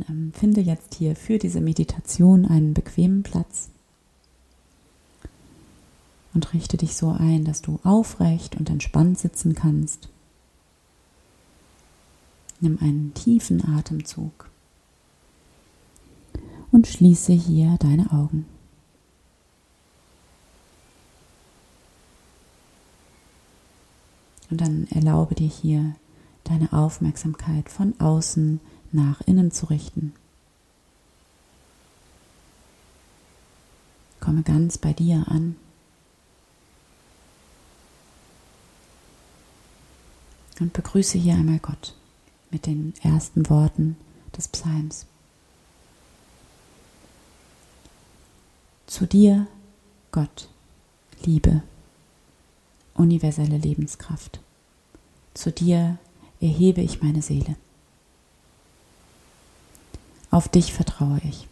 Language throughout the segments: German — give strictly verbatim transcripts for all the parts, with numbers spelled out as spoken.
dann ähm, finde jetzt hier für diese Meditation einen bequemen Platz und richte dich so ein, dass du aufrecht und entspannt sitzen kannst. Nimm einen tiefen Atemzug und schließe hier deine Augen. Und dann erlaube dir hier, deine Aufmerksamkeit von außen nach innen zu richten. Komme ganz bei dir an. Und begrüße hier einmal Gott mit den ersten Worten des Psalms. Zu dir, Gott, Liebe, universelle Lebenskraft. Zu dir erhebe ich meine Seele. Auf dich vertraue ich.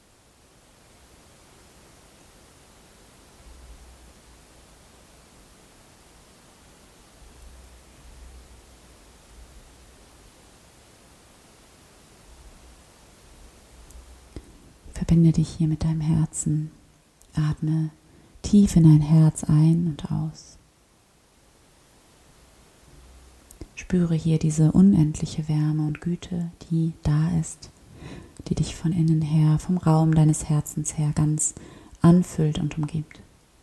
Verbinde dich hier mit deinem Herzen. Atme tief in dein Herz ein und aus. Spüre hier diese unendliche Wärme und Güte, die da ist, die dich von innen her, vom Raum deines Herzens her ganz anfüllt und umgibt.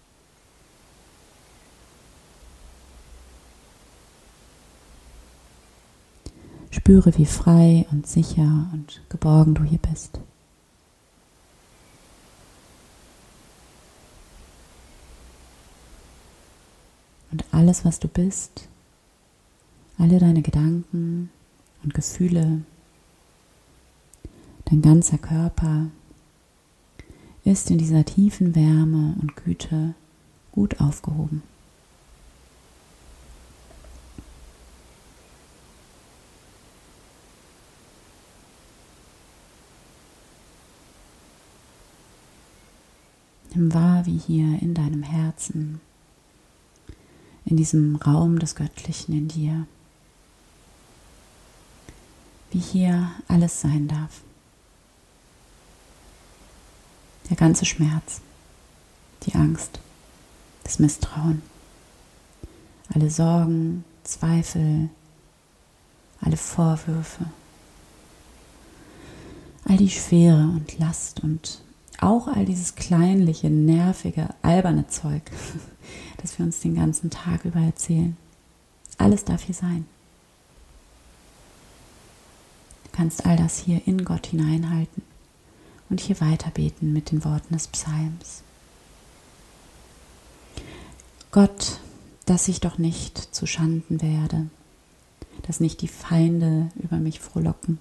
Spüre, wie frei und sicher und geborgen du hier bist. Und alles, was du bist, alle deine Gedanken und Gefühle, dein ganzer Körper ist in dieser tiefen Wärme und Güte gut aufgehoben. Nimm wahr, wie hier in deinem Herzen, in diesem Raum des Göttlichen in dir, wie hier alles sein darf. Der ganze Schmerz, die Angst, das Misstrauen, alle Sorgen, Zweifel, alle Vorwürfe, all die Schwere und Last und auch all dieses kleinliche, nervige, alberne Zeug, das wir uns den ganzen Tag über erzählen. Alles darf hier sein. Du kannst all das hier in Gott hineinhalten und hier weiter beten mit den Worten des Psalms. Gott, dass ich doch nicht zu Schanden werde, dass nicht die Feinde über mich frohlocken.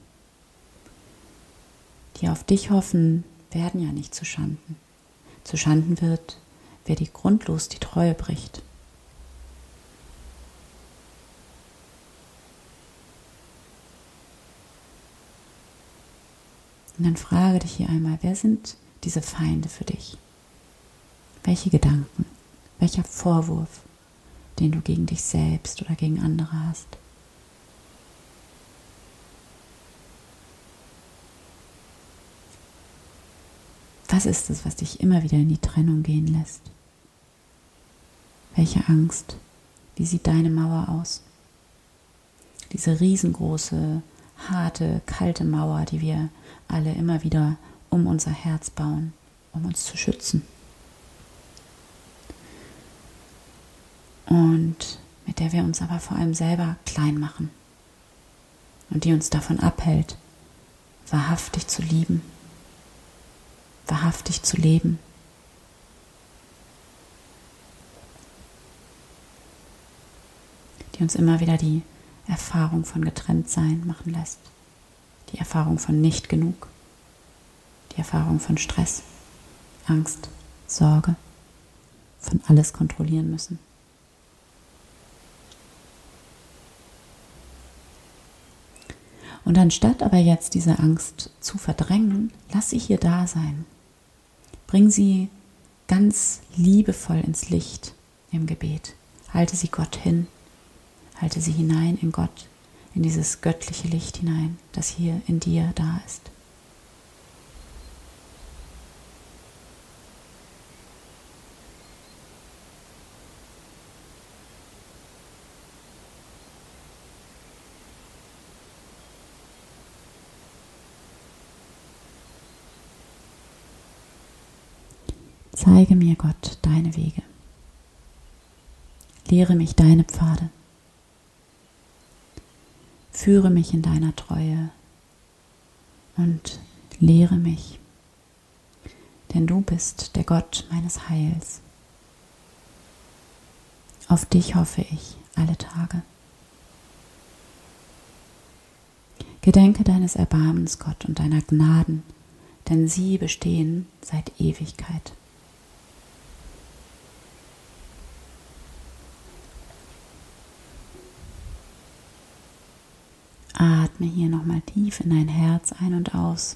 Die auf dich hoffen, werden ja nicht zu Schanden. Zu Schanden wird, wer dir grundlos die Treue bricht. Und dann frage dich hier einmal, wer sind diese Feinde für dich? Welche Gedanken, welcher Vorwurf, den du gegen dich selbst oder gegen andere hast? Was ist es, was dich immer wieder in die Trennung gehen lässt? Welche Angst? Wie sieht deine Mauer aus? Diese riesengroße, harte, kalte Mauer, die wir alle immer wieder um unser Herz bauen, um uns zu schützen. Und mit der wir uns aber vor allem selber klein machen und die uns davon abhält, wahrhaftig zu lieben, wahrhaftig zu leben. Die uns immer wieder die Erfahrung von Getrenntsein machen lässt, die Erfahrung von nicht genug, die Erfahrung von Stress, Angst, Sorge, von alles kontrollieren müssen. Und anstatt aber jetzt diese Angst zu verdrängen, lass sie hier da sein. Bring sie ganz liebevoll ins Licht im Gebet. Halte sie Gott hin. Halte sie hinein in Gott, in dieses göttliche Licht hinein, das hier in dir da ist. Zeige mir, Gott, deine Wege. Lehre mich deine Pfade. Führe mich in deiner Treue und lehre mich, denn du bist der Gott meines Heils. Auf dich hoffe ich alle Tage. Gedenke deines Erbarmens, Gott, und deiner Gnaden, denn sie bestehen seit Ewigkeit. Atme hier nochmal tief in dein Herz ein und aus.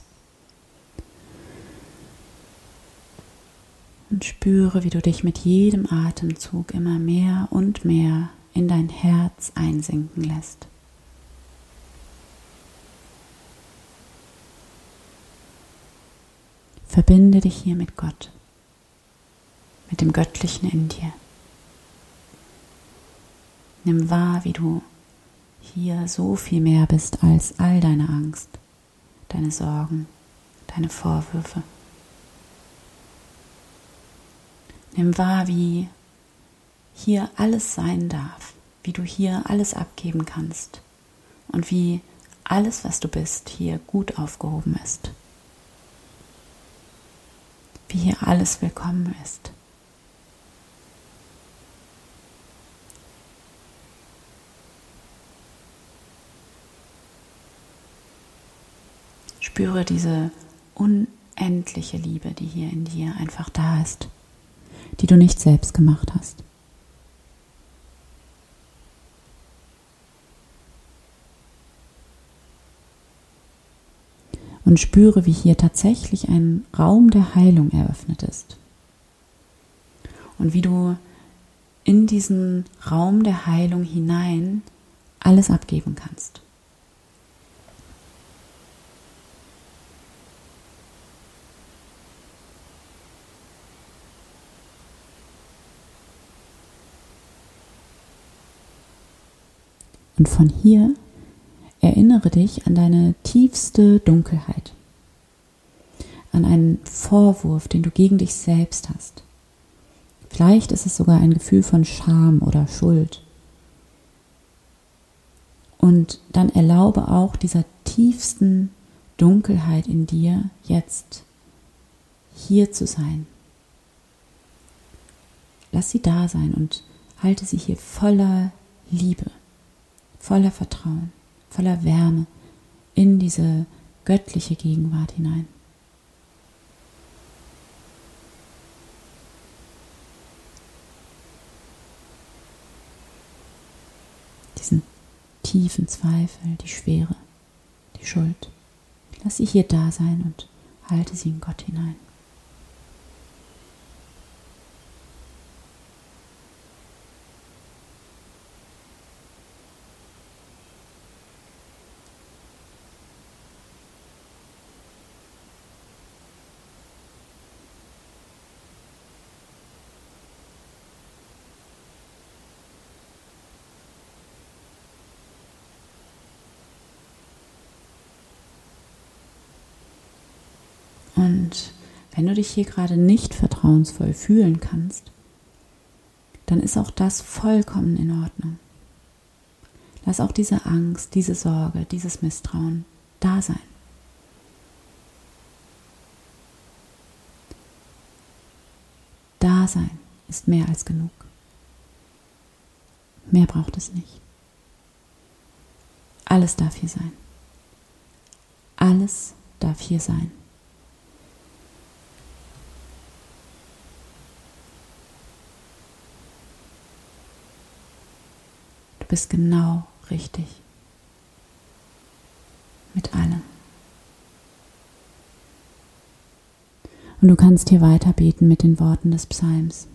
Und spüre, wie du dich mit jedem Atemzug immer mehr und mehr in dein Herz einsinken lässt. Verbinde dich hier mit Gott, mit dem Göttlichen in dir. Nimm wahr, wie du hier so viel mehr bist als all deine Angst, deine Sorgen, deine Vorwürfe. Nimm wahr, wie hier alles sein darf, wie du hier alles abgeben kannst und wie alles, was du bist, hier gut aufgehoben ist. Wie hier alles willkommen ist. Spüre diese unendliche Liebe, die hier in dir einfach da ist, die du nicht selbst gemacht hast. Und spüre, wie hier tatsächlich ein Raum der Heilung eröffnet ist. Und wie du in diesen Raum der Heilung hinein alles abgeben kannst. Und von hier erinnere dich an deine tiefste Dunkelheit, an einen Vorwurf, den du gegen dich selbst hast. Vielleicht ist es sogar ein Gefühl von Scham oder Schuld. Und dann erlaube auch dieser tiefsten Dunkelheit in dir jetzt hier zu sein. Lass sie da sein und halte sie hier voller Liebe, voller Vertrauen, voller Wärme in diese göttliche Gegenwart hinein. Diesen tiefen Zweifel, die Schwere, die Schuld. Lass sie hier da sein und halte sie in Gott hinein. Und wenn du dich hier gerade nicht vertrauensvoll fühlen kannst, dann ist auch das vollkommen in Ordnung. Lass auch diese Angst, diese Sorge, dieses Misstrauen da sein. Da sein ist mehr als genug. Mehr braucht es nicht. Alles darf hier sein. Alles darf hier sein. Du bist genau richtig. Mit allem. Und du kannst hier weiter beten mit den Worten des Psalms.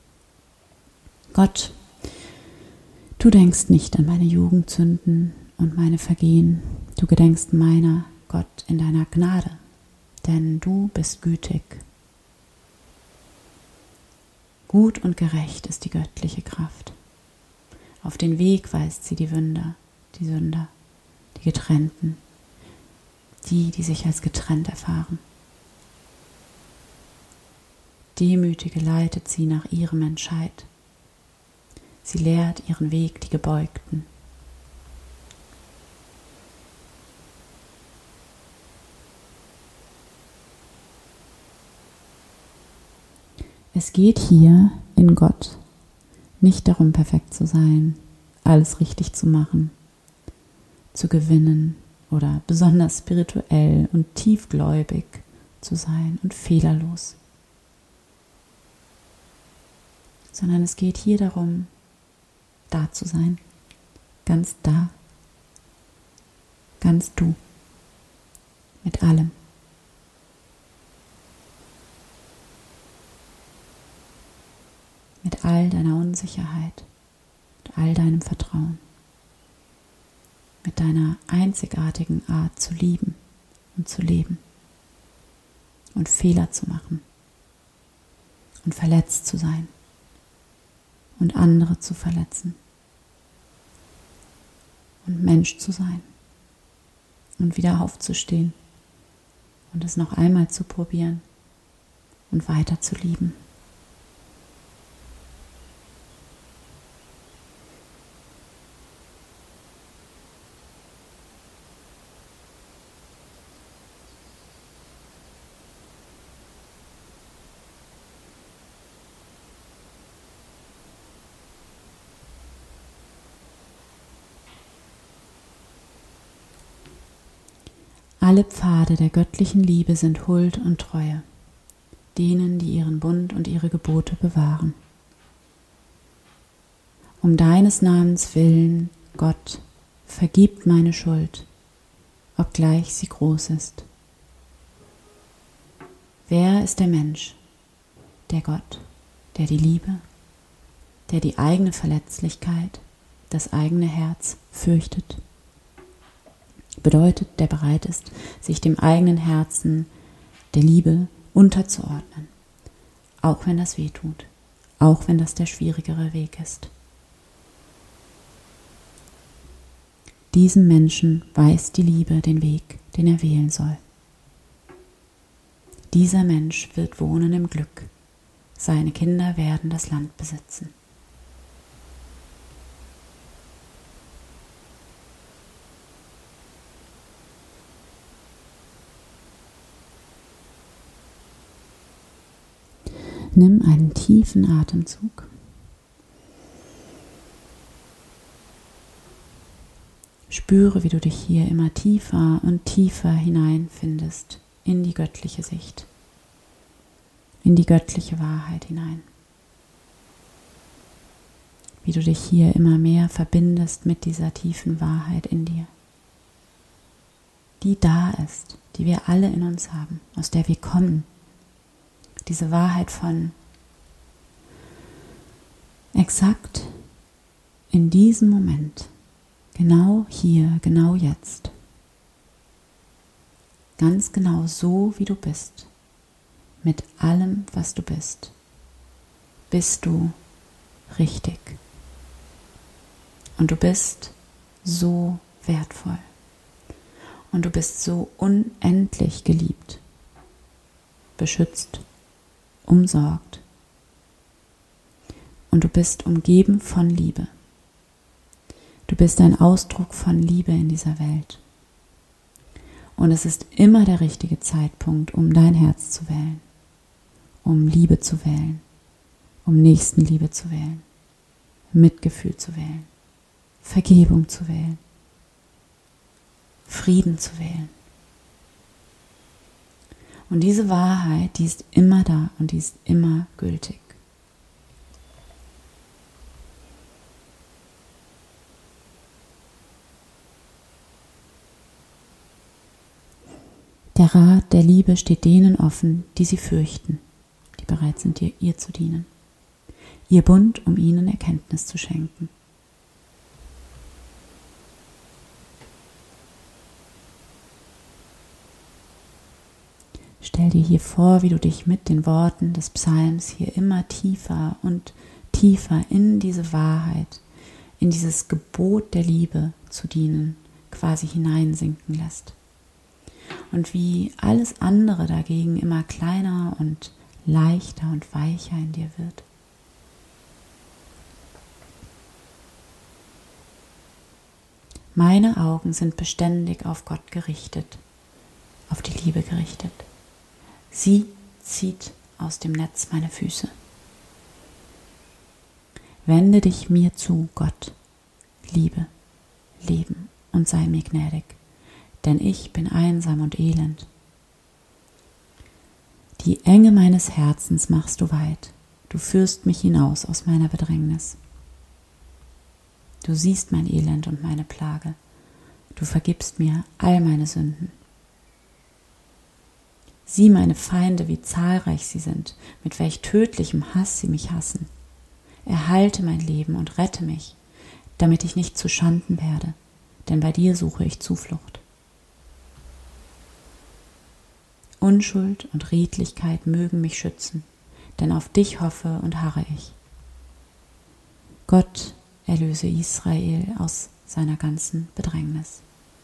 Gott, du denkst nicht an meine Jugendsünden und meine Vergehen. Du gedenkst meiner, Gott, in deiner Gnade, denn du bist gütig. Gut und gerecht ist die göttliche Kraft. Auf den Weg weist sie die Sünder, die Sünder, die Getrennten, die, die sich als getrennt erfahren. Demütige leitet sie nach ihrem Entscheid. Sie lehrt ihren Weg die Gebeugten. Es geht hier in Gott nicht darum, perfekt zu sein, alles richtig zu machen, zu gewinnen oder besonders spirituell und tiefgläubig zu sein und fehlerlos. Sondern es geht hier darum, da zu sein, ganz da, ganz du, mit allem. Mit all deiner Unsicherheit, mit all deinem Vertrauen, mit deiner einzigartigen Art zu lieben und zu leben und Fehler zu machen und verletzt zu sein und andere zu verletzen und Mensch zu sein und wieder aufzustehen und es noch einmal zu probieren und weiter zu lieben. Alle Pfade der göttlichen Liebe sind Huld und Treue, denen, die ihren Bund und ihre Gebote bewahren. Um deines Namens willen, Gott, vergib meine Schuld, obgleich sie groß ist. Wer ist der Mensch, der Gott, der die Liebe, der die eigene Verletzlichkeit, das eigene Herz fürchtet? Bedeutet, der bereit ist, sich dem eigenen Herzen der Liebe unterzuordnen, auch wenn das weh tut, auch wenn das der schwierigere Weg ist. Diesem Menschen weist die Liebe den Weg, den er wählen soll. Dieser Mensch wird wohnen im Glück, seine Kinder werden das Land besitzen. Nimm einen tiefen Atemzug. Spüre, wie du dich hier immer tiefer und tiefer hineinfindest in die göttliche Sicht, in die göttliche Wahrheit hinein. Wie du dich hier immer mehr verbindest mit dieser tiefen Wahrheit in dir, die da ist, die wir alle in uns haben, aus der wir kommen. Diese Wahrheit von exakt in diesem Moment, genau hier, genau jetzt, ganz genau so, wie du bist, mit allem, was du bist, bist du richtig. Und du bist so wertvoll. Und du bist so unendlich geliebt, beschützt, umsorgt. Und du bist umgeben von Liebe. Du bist ein Ausdruck von Liebe in dieser Welt. Und es ist immer der richtige Zeitpunkt, um dein Herz zu wählen, um Liebe zu wählen, um Nächstenliebe zu wählen, Mitgefühl zu wählen, Vergebung zu wählen, Frieden zu wählen. Und diese Wahrheit, die ist immer da und die ist immer gültig. Der Rat der Liebe steht denen offen, die sie fürchten, die bereit sind, ihr, ihr zu dienen. Ihr Bund, um ihnen Erkenntnis zu schenken. Stell dir hier vor, wie du dich mit den Worten des Psalms hier immer tiefer und tiefer in diese Wahrheit, in dieses Gebot der Liebe zu dienen, quasi hineinsinken lässt. Und wie alles andere dagegen immer kleiner und leichter und weicher in dir wird. Meine Augen sind beständig auf Gott gerichtet, auf die Liebe gerichtet. Sie zieht aus dem Netz meine Füße. Wende dich mir zu, Gott, Liebe, Leben und sei mir gnädig, denn ich bin einsam und elend. Die Enge meines Herzens machst du weit, du führst mich hinaus aus meiner Bedrängnis. Du siehst mein Elend und meine Plage. Du vergibst mir all meine Sünden. Sieh meine Feinde, wie zahlreich sie sind, mit welch tödlichem Hass sie mich hassen. Erhalte mein Leben und rette mich, damit ich nicht zu Schanden werde, denn bei dir suche ich Zuflucht. Unschuld und Redlichkeit mögen mich schützen, denn auf dich hoffe und harre ich. Gott, erlöse Israel aus seiner ganzen Bedrängnis.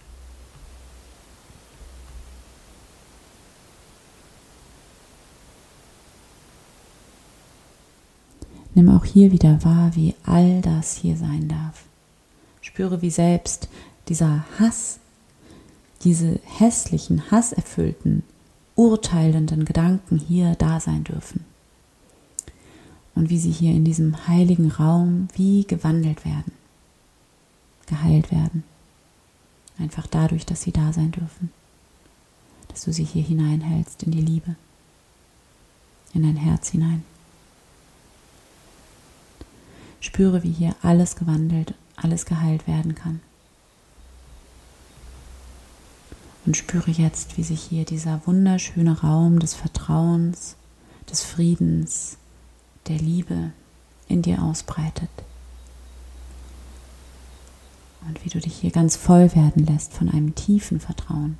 Nimm auch hier wieder wahr, wie all das hier sein darf. Spüre, wie selbst dieser Hass, diese hässlichen, hasserfüllten, urteilenden Gedanken hier da sein dürfen. Und wie sie hier in diesem heiligen Raum wie gewandelt werden, geheilt werden. Einfach dadurch, dass sie da sein dürfen. Dass du sie hier hineinhältst in die Liebe, in dein Herz hinein. Spüre, wie hier alles gewandelt, alles geheilt werden kann. Und spüre jetzt, wie sich hier dieser wunderschöne Raum des Vertrauens, des Friedens, der Liebe in dir ausbreitet. Und wie du dich hier ganz voll werden lässt von einem tiefen Vertrauen.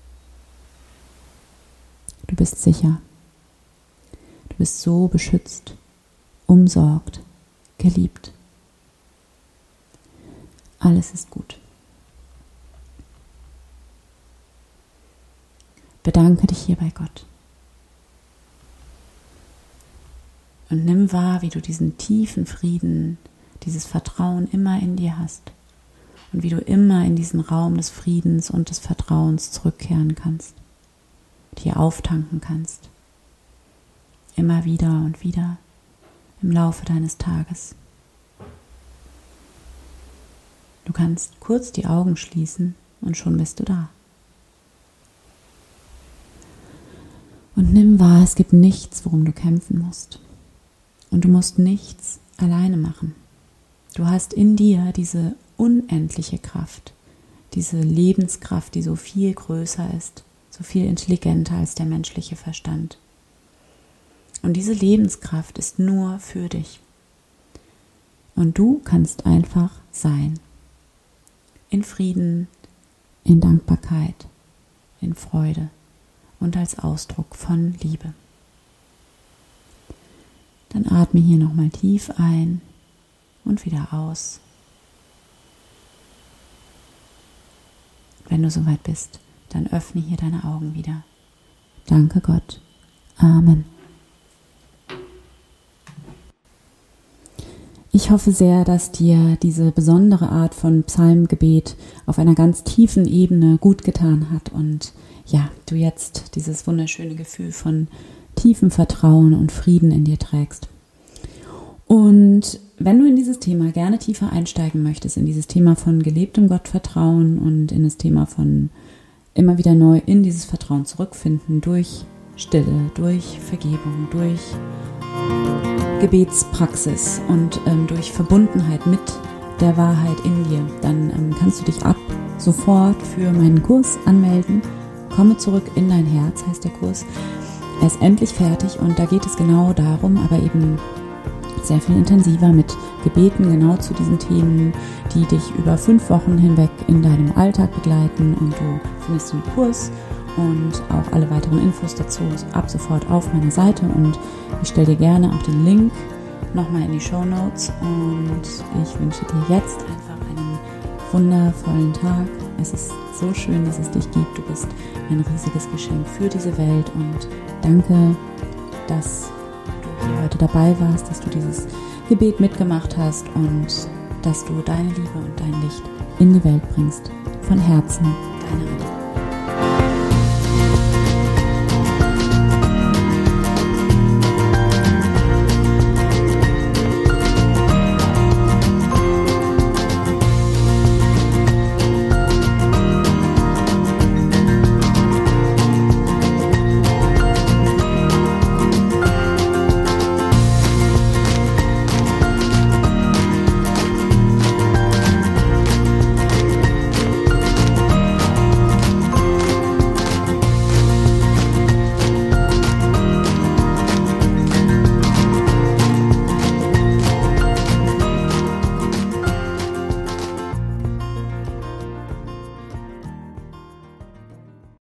Du bist sicher. Du bist so beschützt, umsorgt, geliebt. Alles ist gut. Bedanke dich hier bei Gott. Und nimm wahr, wie du diesen tiefen Frieden, dieses Vertrauen immer in dir hast. Und wie du immer in diesen Raum des Friedens und des Vertrauens zurückkehren kannst. Hier auftanken kannst. Immer wieder und wieder im Laufe deines Tages. Du kannst kurz die Augen schließen und schon bist du da. Und nimm wahr, es gibt nichts, worum du kämpfen musst. Und du musst nichts alleine machen. Du hast in dir diese unendliche Kraft, diese Lebenskraft, die so viel größer ist, so viel intelligenter als der menschliche Verstand. Und diese Lebenskraft ist nur für dich. Und du kannst einfach sein. In Frieden, in Dankbarkeit, in Freude und als Ausdruck von Liebe. Dann atme hier nochmal tief ein und wieder aus. Wenn du soweit bist, dann öffne hier deine Augen wieder. Danke Gott. Amen. Ich hoffe sehr, dass dir diese besondere Art von Psalmgebet auf einer ganz tiefen Ebene gut getan hat und ja, du jetzt dieses wunderschöne Gefühl von tiefem Vertrauen und Frieden in dir trägst. Und wenn du in dieses Thema gerne tiefer einsteigen möchtest, in dieses Thema von gelebtem Gottvertrauen und in das Thema von immer wieder neu in dieses Vertrauen zurückfinden, durch Stille, durch Vergebung, durch Gebetspraxis und ähm, durch Verbundenheit mit der Wahrheit in dir, dann ähm, kannst du dich ab sofort für meinen Kurs anmelden. Komme zurück in dein Herz, heißt der Kurs. Er ist endlich fertig und da geht es genau darum, aber eben sehr viel intensiver mit Gebeten genau zu diesen Themen, die dich über fünf Wochen hinweg in deinem Alltag begleiten, und du findest den Kurs und auch alle weiteren Infos dazu ab sofort auf meiner Seite, und ich stelle dir gerne auch den Link nochmal in die Shownotes, und ich wünsche dir jetzt einfach einen wundervollen Tag. Es ist so schön, dass es dich gibt. Du bist ein riesiges Geschenk für diese Welt, und danke, dass du hier heute dabei warst, dass du dieses Gebet mitgemacht hast und dass du deine Liebe und dein Licht in die Welt bringst. Von Herzen, deine Ritter.